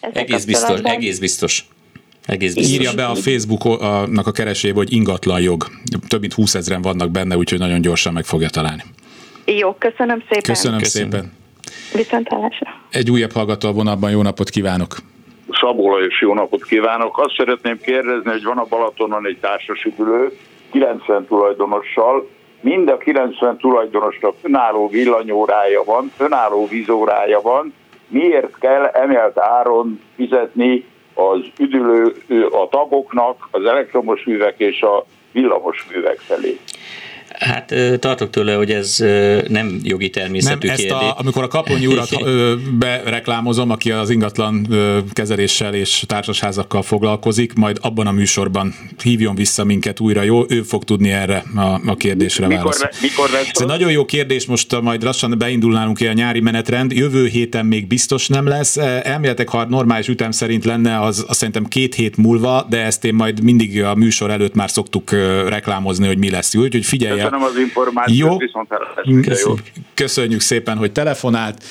Egész biztos. Írja be a Facebooknak a keresébe, hogy ingatlanjog. Több mint 20 000 vannak benne, úgyhogy nagyon gyorsan meg fogja találni. Jó, köszönöm szépen. Köszönöm szépen. Viszonthallásra. Egy újabb hallgató a vonalban, jó napot kívánok. Szabó Lajos, jó napot kívánok. Azt szeretném kérdezni, hogy van a Balatonon egy társasüdülő, 90 tulajdonossal, mind a 90 tulajdonosnak önálló villanyórája van, önálló vízórája van. Miért kell emelt áron fizetni az üdülő a tagoknak, az elektromos művek és a villamos művek felé? Hát tartok tőle, hogy ez nem jogi természetű kérdés. Amikor a Kaponyi urat bereklámozom, aki az ingatlan kezeléssel és társasházakkal foglalkozik, majd abban a műsorban hívjon vissza minket újra, jó? Ő fog tudni erre a kérdésre válaszolni. Mikor lesz? Ez egy nagyon jó kérdés, most majd lassan beindulnálunk a nyári menetrend. Jövő héten még biztos nem lesz. Elméletek, ha normális ütem szerint lenne, az szerintem 2 hét múlva, de ezt én majd mindig a műsor előtt már szoktuk reklámozni, hogy mi lesz. Úgyhogy figyelj. Köszönöm az információt, viszont köszönjük szépen, hogy telefonált.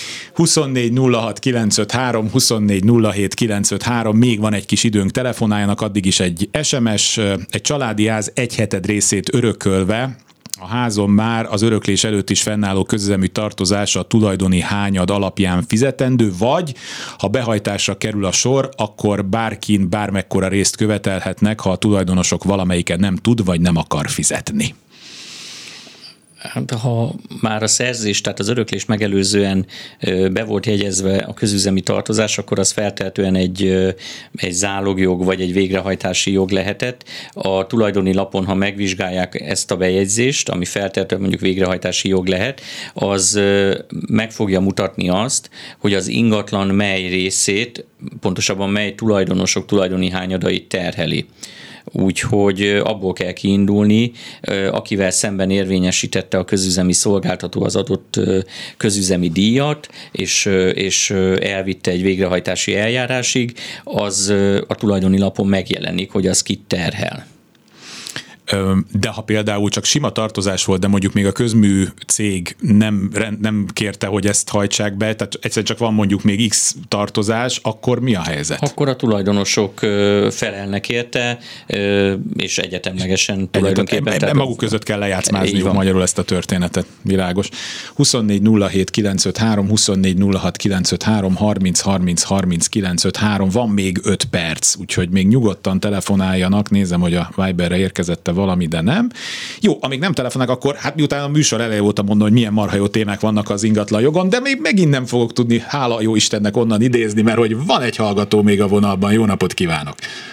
24 06 953, 24 07 953, még van egy kis időnk, telefonáljanak, addig is egy SMS, egy családi ház 1/7 részét örökölve, a házon már az öröklés előtt is fennálló közüzemű tartozás a tulajdoni hányad alapján fizetendő, vagy ha behajtásra kerül a sor, akkor bárkin bármekkora részt követelhetnek, ha a tulajdonosok valamelyike nem tud vagy nem akar fizetni. Hát, ha már a szerzés, tehát az öröklés megelőzően be volt jegyezve a közüzemi tartozás, akkor az feltehetően egy zálogjog vagy egy végrehajtási jog lehetett. A tulajdoni lapon, ha megvizsgálják ezt a bejegyzést, ami feltehetően mondjuk végrehajtási jog lehet, az meg fogja mutatni azt, hogy az ingatlan mely részét, pontosabban mely tulajdonosok tulajdoni hányadait terheli. Úgyhogy abból kell kiindulni, akivel szemben érvényesítette a közüzemi szolgáltató az adott közüzemi díjat, és elvitte egy végrehajtási eljárásig, az a tulajdoni lapon megjelenik, hogy az kit terhel. De ha például csak sima tartozás volt, de mondjuk még a közmű cég nem kérte, hogy ezt hajtsák be, tehát egyszer csak van mondjuk még X tartozás, akkor mi a helyzet? Akkor a tulajdonosok felelnek érte, és egyetemlegesen tulajdonképpen. Maguk között kell lejátszmázniuk magyarul ezt a történetet, világos. 24 07 953, 24 06 953, 30 30 30 953, van még 5 perc, úgyhogy még nyugodtan telefonáljanak, nézem, hogy a Viberre érkezett valami, de nem. Jó, amíg nem telefonálnak, akkor hát miután a műsor eleje óta mondom, hogy milyen marha jó témák vannak az ingatlan jogon, de még megint nem fogok tudni, hála jó Istennek onnan idézni, mert hogy van egy hallgató még a vonalban. Jó napot kívánok!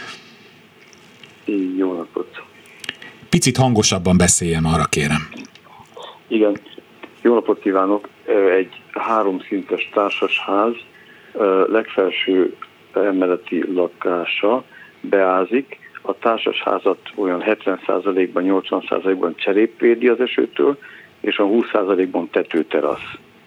Jó napot! Picit hangosabban beszéljem, arra kérem. Igen, jó napot kívánok! Egy 3 szintes társasház legfelső emeleti lakása beázik. A társasházat olyan 70%-ban, 80%-ban cserép védi az esőtől, és a 20%-ban tetőterasz.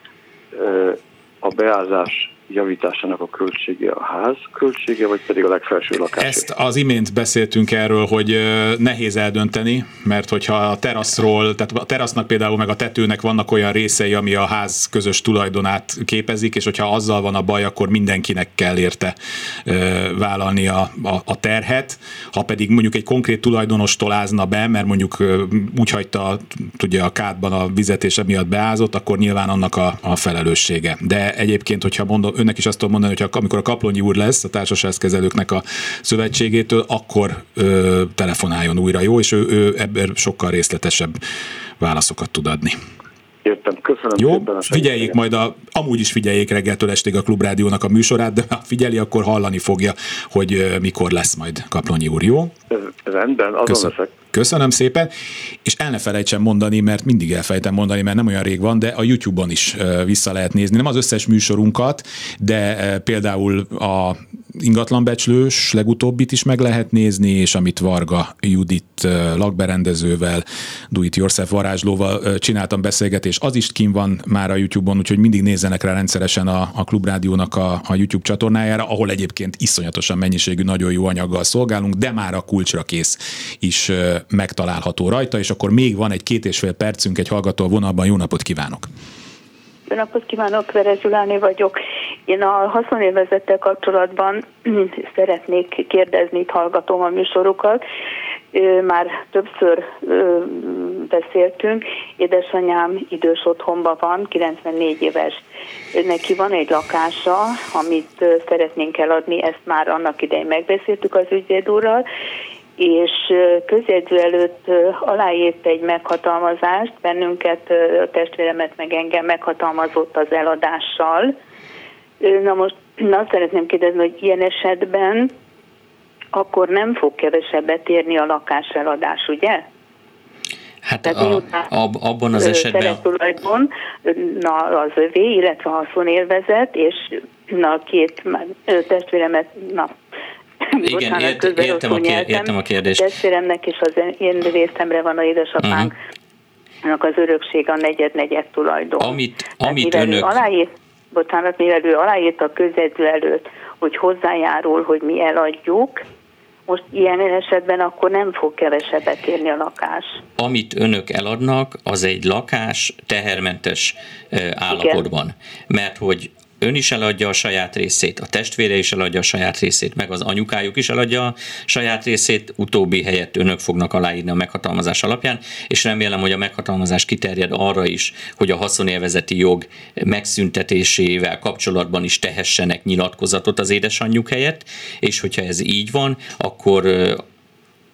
A beázás javításának a költsége a ház költsége, vagy pedig a legfelső lakás? Ezt az imént beszéltünk erről, hogy nehéz eldönteni, mert hogyha a teraszról, tehát a terasznak például meg a tetőnek vannak olyan részei, ami a ház közös tulajdonát képezik, és hogyha azzal van a baj, akkor mindenkinek kell érte vállalni a terhet. Ha pedig mondjuk egy konkrét tulajdonostól ázna be, mert mondjuk úgy hagyta tudja a kádban a vizet és emiatt beázott, akkor nyilván annak a felelőssége. De egyébként, hogyha mondom, önnek is azt tudom mondani, hogy amikor a Kaplonyi úr lesz a társaságkezelőknek a szövetségétől, akkor telefonáljon újra, jó? És ő ebben sokkal részletesebb válaszokat tud adni. Értem, köszönöm. Jó, figyeljék majd amúgy is figyeljék reggeltől estig a Klubrádiónak a műsorát, de ha figyeli, akkor hallani fogja, hogy mikor lesz majd Kaplonyi úr, jó? Rendben, azon leszek. Köszönöm szépen, és el ne felejtsem mondani, mert mindig elfelejtem mondani, mert nem olyan rég van, de a YouTube-on is vissza lehet nézni. Nem az összes műsorunkat, de például a ingatlanbecslős legutóbbit is meg lehet nézni, és amit Varga Judit lakberendezővel, Do It Yourself varázslóval csináltam beszélgetés, az is kint van már a YouTube-on, úgyhogy mindig nézzenek rá rendszeresen a Klubrádiónak a YouTube csatornájára, ahol egyébként iszonyatosan mennyiségű, nagyon jó anyaggal szolgálunk, de már a kulcsra kész is megtalálható rajta, és akkor még van egy 2,5 percünk, egy hallgató a vonalban. Jó napot kívánok! Jó napot kívánok, Verez Zsuláné vagyok. Én a haszonélvezettel kapcsolatban szeretnék kérdezni, itt hallgatom a műsorokat. Már többször beszéltünk, édesanyám idős otthonban van, 94 éves. Neki van egy lakása, amit szeretnénk eladni, ezt már annak idején megbeszéltük az ügyvéd úrral, és közjegyző előtt aláírt egy meghatalmazást, bennünket, a testvéremet meg engem meghatalmazott az eladással. Na most azt szeretném kérdezni, hogy ilyen esetben akkor nem fog kevesebbet érni a lakáseladás, ugye? Hát abban az esetben... Szeretulajdon az övé, illetve haszonélvezet, és a két testvéremet, igen, értem a kérdést. Testvéremnek és az én részemre van a édesapánknak az örökség a negyed tulajdon. Mivel ő aláírt a közjegyző előtt, hogy hozzájárul, hogy mi eladjuk, most ilyen esetben akkor nem fog kevesebbet érni a lakás. Amit önök eladnak, az egy lakás tehermentes állapotban. Igen. Mert hogy ön is eladja a saját részét, a testvére is eladja a saját részét, meg az anyukájuk is eladja a saját részét, utóbbi helyett önök fognak aláírni a meghatalmazás alapján, és remélem, hogy a meghatalmazás kiterjed arra is, hogy a haszonélvezeti jog megszüntetésével kapcsolatban is tehessenek nyilatkozatot az édesanyjuk helyett, és hogyha ez így van, akkor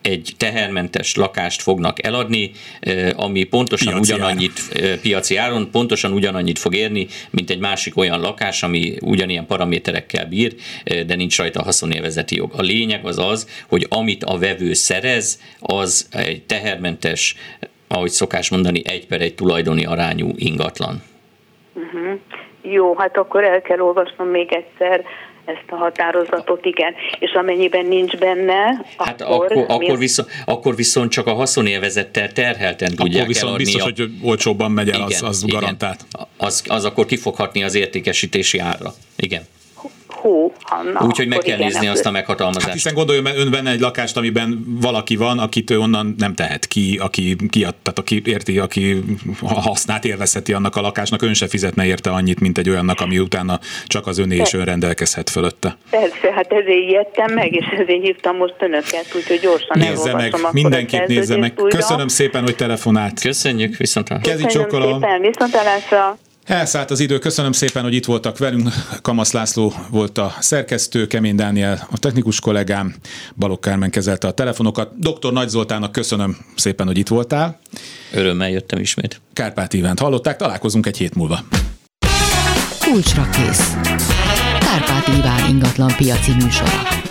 egy tehermentes lakást fognak eladni, ami pontosan piaci áron pontosan ugyanannyit fog érni, mint egy másik olyan lakás, ami ugyanilyen paraméterekkel bír, de nincs rajta haszonélvezeti jog. A lényeg az, hogy amit a vevő szerez, az egy tehermentes, ahogy szokás mondani, 1/1 tulajdoni arányú ingatlan. Uh-huh. Jó, hát akkor el kell olvasnom még egyszer ezt a határozatot, igen. És amennyiben nincs benne, hát akkor viszont csak a haszonélvezettel terhelten tudják akkor viszont eladni. Biztos, hogy olcsóbban megy el, igen, az garantált. Az akkor kifoghatni az értékesítési árra. Igen. Úgyhogy meg kell nézni azt a meghatalmazást. Hát hiszen gondoljon ön benne egy lakást, amiben valaki van, akit ő onnan nem tehet ki, aki érti, aki hasznát élvezheti annak a lakásnak, ön se fizetne érte annyit, mint egy olyannak, ami utána csak az öné és ön rendelkezhet fölötte. Persze, hát ezért ijedtem meg, és ezért hívtam most önöket, úgyhogy gyorsan nézze meg, mindenképp nézze meg. Köszönöm szépen, hogy telefonált. Köszönjük, viszontlátásra. Kezi csókolom. Viszontlátásra. Elszállt az idő, köszönöm szépen, hogy itt voltak velünk. Kamasz László volt a szerkesztő, Kemény Dániel a technikus kollégám, Balogh Kármen kezelte a telefonokat. Dr. Nagy Zoltánnak köszönöm szépen, hogy itt voltál. Örömmel jöttem ismét. Kárpát Ivánt hallották, találkozunk egy hét múlva. Kulcsra kész. Kárpát Iván ingatlan piaci műsora.